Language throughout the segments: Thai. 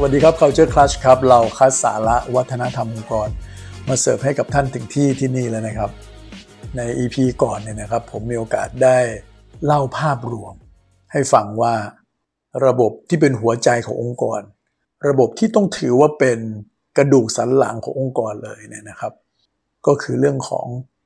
วัสดีครับ Culture Clash ครับเราคัดสาระวัฒนธรรมองค์กรมาเสิร์ฟให้กับท่านถึงที่นี่แล้วนะครับใน EP ก่อนเนี่ยนะครับผมมีโอกาสได้เล่าภาพรวมให้ฟังว่าระบบที่เป็นหัวใจขององค์กรระบบที่ต้องถือว่าเป็นกระดูกสันหลังขององค์กรเลยเนี่ยนะครับก็คือเรื่องของ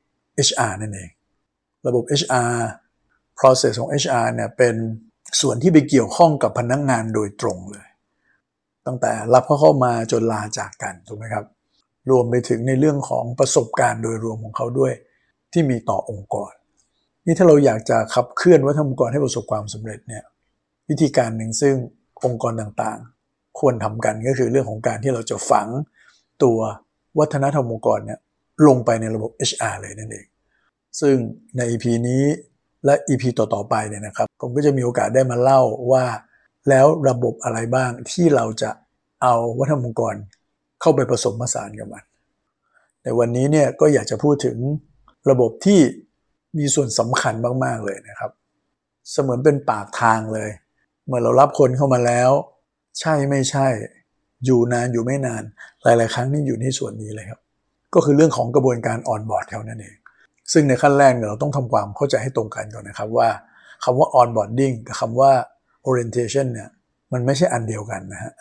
HR นั่นเองระบบ HR process ของ HR เนี่ยเป็นส่วนที่ไปเกี่ยวข้องกับพนักงานโดยตรงเลยตั้งแต่รับเขาเข้ามาจนลาจากกันถูกไหมครับรวมไปถึงในเรื่องของประสบการณ์โดยรวมของเขาด้วยที่มีต่อองค์กรนี่ถ้าเราอยากจะขับเคลื่อนวัฒนธรรมองค์กรให้ประสบความสำเร็จเนี่ยวิธีการหนึ่งซึ่งองค์กรต่างๆควรทำกันก็คือเรื่องของการที่เราจะฝังตัววัฒนธรรมองค์กรเนี่ยลงไปในระบบ HR เลยนั่นเองซึ่งใน EP นี้และ EP ต่อๆไปเนี่ยนะครับผมก็จะมีโอกาสได้มาเล่าว่าแล้วระบบอะไรบ้างที่เราจะเอาวัฒนธรรมองค์กรเข้าไปผสมผสานกับมันแต่วันนี้เนี่ยก็อยากจะพูดถึงระบบที่มีส่วนสำคัญมากๆเลยนะครับเสมือนเป็นปากทางเลยเมื่อเรารับคนเข้ามาแล้วใช่ไม่ใช่อยู่นานอยู่ไม่นานหลายๆครั้งนี่อยู่ในส่วนนี้เลยครับก็คือเรื่องของกระบวนการออนบอร์ดเขานั่นเองซึ่งในขั้นแรกเราต้องทำความเข้าใจให้ตรงกันก่อนนะครับว่าคำว่า onboarding กับคำว่า orientation เนี่ยมันไม่ใช่อันเดียวกันนะฮะ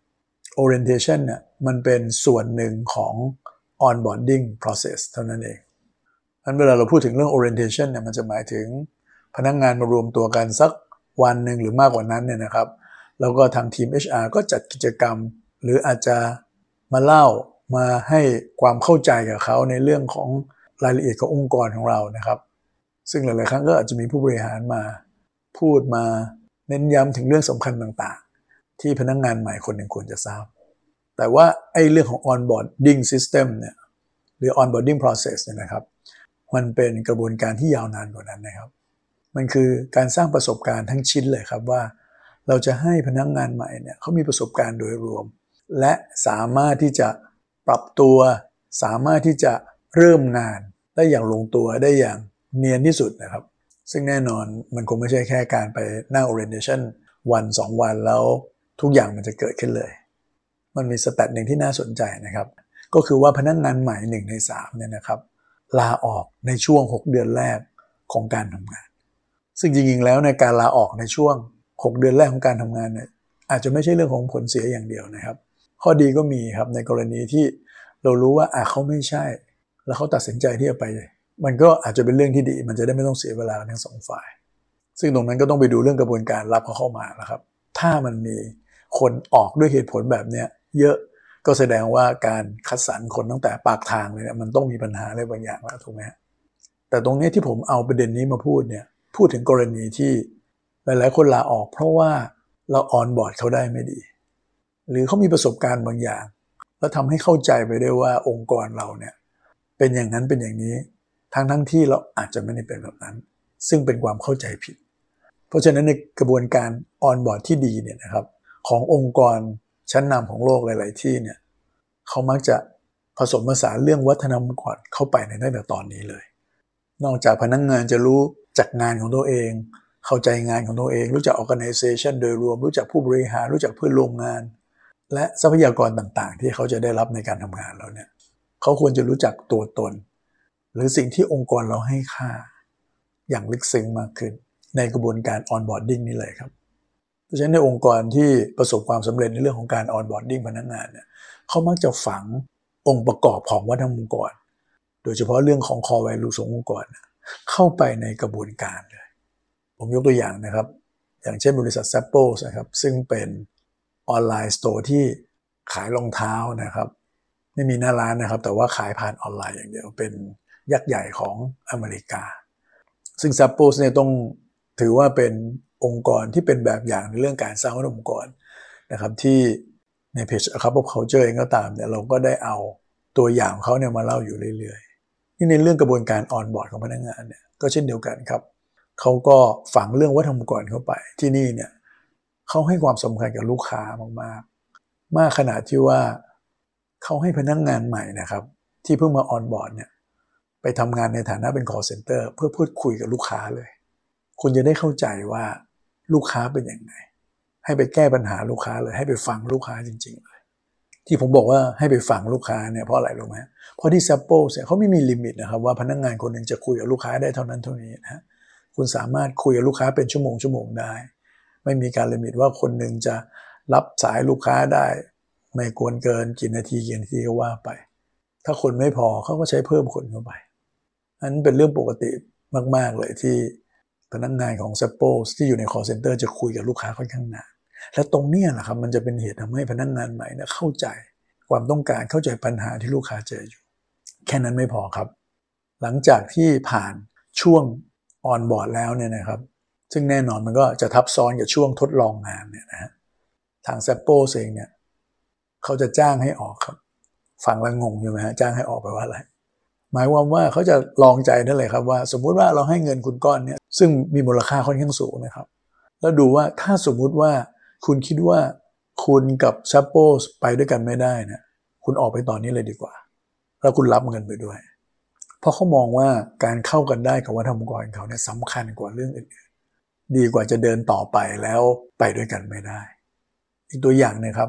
orientation เนี่ยมันเป็นส่วนหนึ่งของ onboarding process เท่านั้นเองงั้นเวลาเราพูดถึงเรื่อง orientation เนี่ยมันจะหมายถึงพนักงานมารวมตัวกันสักวันหนึ่งหรือมากกว่านั้นเนี่ยนะครับแล้วก็ทางทีม HR ก็จัดกิจกรรมหรืออาจจะมาเล่ามาให้ความเข้าใจกับเขาในเรื่องของรายละเอียดขององค์กรของเรานะครับซึ่งหลายๆครั้งก็อาจจะมีผู้บริหารมาพูดมาเน้นย้ำถึงเรื่องสำคัญต่างๆที่พนักงานใหม่คนหนึ่งควรจะทราบแต่ว่าไอ้เรื่องของ onboarding system เนี่ยหรือ onboarding process เนี่ยนะครับมันเป็นกระบวนการที่ยาวนานกว่านั้นนะครับมันคือการสร้างประสบการณ์ทั้งชิ้นเลยครับว่าเราจะให้พนักงานใหม่เนี่ยเขามีประสบการณ์โดยรวมและสามารถที่จะปรับตัวสามารถที่จะเริ่มงานได้อย่างลงตัวได้อย่างเนียนที่สุดนะครับซึ่งแน่นอนมันคงไม่ใช่แค่การไปนั่ง orientation วัน2 วันแล้วทุกอย่างมันจะเกิดขึ้นเลยมันมีสแตทหนึ่งที่น่าสนใจนะครับก็คือว่าพนักงานใหม่1 ใน 3เนี่ยนะครับลาออกในช่วง6 เดือนแรกของการทำงานซึ่งจริงๆแล้วในการลาออกในช่วง6 เดือนแรกของการทำงานเนี่ยอาจจะไม่ใช่เรื่องของผลเสียอย่างเดียวนะครับข้อดีก็มีครับในกรณีที่เรารู้ว่าเขาไม่ใช่แล้วเขาตัดสินใจที่จะไปมันก็อาจจะเป็นเรื่องที่ดีมันจะได้ไม่ต้องเสียเวลาทั้ง2 ฝ่ายซึ่งตรงนั้นก็ต้องไปดูเรื่องกระบวนการรับเขาเข้ามานะครับถ้ามันมีคนออกด้วยเหตุผลแบบนี้เยอะก็แสดงว่าการคัดสรรคนตั้งแต่ปากทางเลยเนี่ยมันต้องมีปัญหาอะไรบางอย่างแล้วถูกไหมแต่ตรงนี้ที่ผมเอาประเด็นนี้มาพูดเนี่ยพูดถึงกรณีที่หลายๆคนลาออกเพราะว่าเราออนบอร์ดเขาได้ไม่ดีหรือเขามีประสบการณ์บางอย่างแล้วทำให้เข้าใจไปได้ว่าองค์กรเราเนี่ยเป็นอย่างนั้นเป็นอย่างนี้ทั้งที่เราอาจจะไม่ได้เป็นแบบนั้นซึ่งเป็นความเข้าใจผิดเพราะฉะนั้นในกระบวนการออนบอร์ดที่ดีเนี่ยนะครับขององค์กรชั้นนำของโลกหลายๆที่เนี่ยเขามักจะผสมผสานเรื่องวัฒนธรรมองค์กรเข้าไปในตั้งแต่ตอนนี้เลยนอกจากพนักงานจะรู้จักงานของตัวเองเข้าใจงานของตัวเองรู้จัก organization โดยรวมรู้จักผู้บริหารรู้จักเพื่อนร่วมงานและทรัพยากรต่างๆที่เขาจะได้รับในการทำงานแล้วเนี่ยเขาควรจะรู้จักตัวตนหรือสิ่งที่องค์กรเราให้ค่าอย่างลึกซึ้งมากขึ้นในกระบวนการ onboarding นี่เลยครับเพราะฉะนั้นในองค์กรที่ประสบความสำเร็จในเรื่องของการ onboarding พนักงานเนี่ยเขามักจะฝังองค์ประกอบของวัฒนธรรมองค์กรโดยเฉพาะเรื่องของ core value ขององค์กรเข้าไปในกระบวนการเลยผมยกตัวอย่างนะครับอย่างเช่นบริษัท Zappos นะครับซึ่งเป็นออนไลน์สโตร์ที่ขายรองเท้านะครับไม่มีหน้าร้านนะครับแต่ว่าขายผ่านออนไลน์อย่างเดียวเป็นยักษ์ใหญ่ของอเมริกาซึ่ง Zappos เนี่ยต้องถือว่าเป็นองค์กรที่เป็นแบบอย่างในเรื่องการสร้างวัฒนธรรมองค์กรนะครับที่ในเพจ A Cup of Culture เองก็ตามเนี่ยเราก็ได้เอาตัวอย่างของเขาเนี่ยมาเล่าอยู่เรื่อยๆนี่ในเรื่องกระบวนการออนบอร์ดของพนักงานเนี่ยก็เช่นเดียวกันครับเขาก็ฝังเรื่องวัฒนธรรมองค์กรเข้าไปที่นี่เนี่ยเขาให้ความสำคัญกับลูกค้ามากๆมากขนาดที่ว่าเขาให้พนักงานใหม่นะครับที่เพิ่งมาออนบอร์ดเนี่ยไปทำงานในฐานะเป็น call center เพื่อพูดคุยกับลูกค้าเลยคุณจะได้เข้าใจว่าลูกค้าเป็นยังไงให้ไปแก้ปัญหาลูกค้าเลยให้ไปฟังลูกค้าจริงๆเลยที่ผมบอกว่าให้ไปฟังลูกค้าเนี่ยเพราะอะไรรู้ไหมเพราะที่ Zappos เนี่ยเขาไม่มีลิมิตนะครับว่าพนักงานคนหนึ่งจะคุยกับลูกค้าได้เท่านั้นเท่านี้นะคุณสามารถคุยกับลูกค้าเป็นชั่วโมงได้ไม่มีการลิมิตว่าคนหนึ่งจะรับสายลูกค้าได้ไม่ควรเกินกี่นาทีก็ว่าไปถ้าคนไม่พอเขาก็ใช้เพิ่มคนเข้าไปอันนั้นเป็นเรื่องปกติมากๆเลยที่พนักงานของ Zappos ที่อยู่ใน call center จะคุยกับลูกค้าค่อนข้างนานและตรงนี้แหละครับมันจะเป็นเหตุทำให้พนักงานใหม่เนี่ยเข้าใจความต้องการเข้าใจปัญหาที่ลูกค้าเจออยู่แค่นั้นไม่พอครับหลังจากที่ผ่านช่วงออนบอร์ดแล้วเนี่ยนะครับซึ่งแน่นอนมันก็จะทับซ้อนกับช่วงทดลองงานเนี่ยนะฮะทาง Zappos เองเนี่ยเขาจะจ้างให้ออกครับฟังแล้วงงอยู่ไหมฮะจ้างให้ออกไปว่าอะไรหมายความว่าเขาจะลองใจนั่นเลยครับว่าสมมุติว่าเราให้เงินคุณก้อนเนี่ยซึ่งมีมูลค่าค่อนข้างสูงนะครับแล้วดูว่าถ้าสมมุติว่าคุณคิดว่าคุณกับ Zappos ไปด้วยกันไม่ได้นะคุณออกไปตอนนี้เลยดีกว่าแล้วคุณรับเงินไปด้วยเพราะเขามองว่าการเข้ากันได้กับวัฒนธรรมองค์กรเขาเนี่ยสำคัญกว่าเรื่องอื่นๆดีกว่าจะเดินต่อไปแล้วไปด้วยกันไม่ได้อีกตัวอย่างนะครับ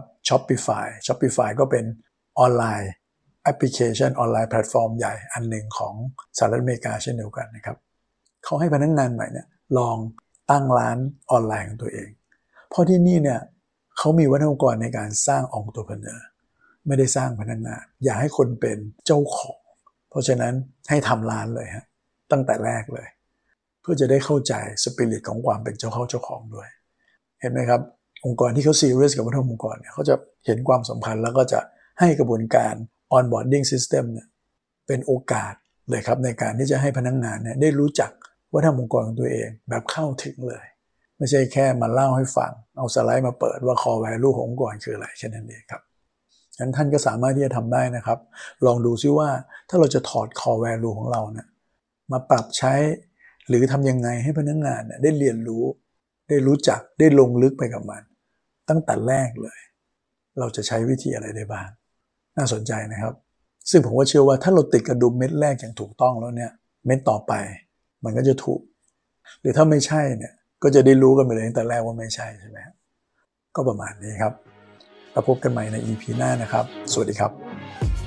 Shopify ก็เป็นออนไลน์แอปพลิเคชันออนไลน์แพลตฟอร์มใหญ่อันหนึ่งของสหรัฐอเมริกาเช่นเดียวกันนะครับเขาให้พนักงานใหม่เนี่ยลองตั้งร้านออนไลน์ของตัวเองเพราะที่นี่เนี่ยเขามีวัฒนธรรมองค์กรในการสร้างentrepreneurไม่ได้สร้างพนักงานอยากให้คนเป็นเจ้าของเพราะฉะนั้นให้ทำร้านเลยฮะตั้งแต่แรกเลยเพื่อจะได้เข้าใจสปิริตของความเป็นเจ้าของด้วยเห็นไหมครับองค์กรที่เขาซีเรียสกับวัฒนธรรมองค์กรเนี่ยเขาจะเห็นความสำคัญแล้วก็จะให้กระบวนการ onboarding system เนี่ยเป็นโอกาสเลยครับในการที่จะให้พนักงานเนี่ยได้รู้จักวัฒนธรรมองค์กรของตัวเองแบบเข้าถึงเลยไม่ใช่แค่มาเล่าให้ฟังเอาสไลด์มาเปิดว่า core value ขององค์กรคืออะไรแค่นั้นเองครับงั้นท่านก็สามารถที่จะทำได้นะครับลองดูซิว่าถ้าเราจะถอด core value ของเราเนี่ยมาปรับใช้หรือทำยังไงให้พนักงานเนี่ยได้เรียนรู้ได้รู้จักได้ลงลึกไปกับมันตั้งแต่แรกเลยเราจะใช้วิธีอะไรได้บ้างน่าสนใจนะครับซึ่งผมก็เชื่อว่าถ้าเราติดกระดุมเม็ดแรกอย่างถูกต้องแล้วเนี่ยเม็ดต่อไปมันก็จะถูกหรือถ้าไม่ใช่เนี่ยก็จะได้รู้กันไปเลยตั้งแต่แรกว่าไม่ใช่ใช่ไหมก็ประมาณนี้ครับแล้วพบกันใหม่ใน EP หน้านะครับสวัสดีครับ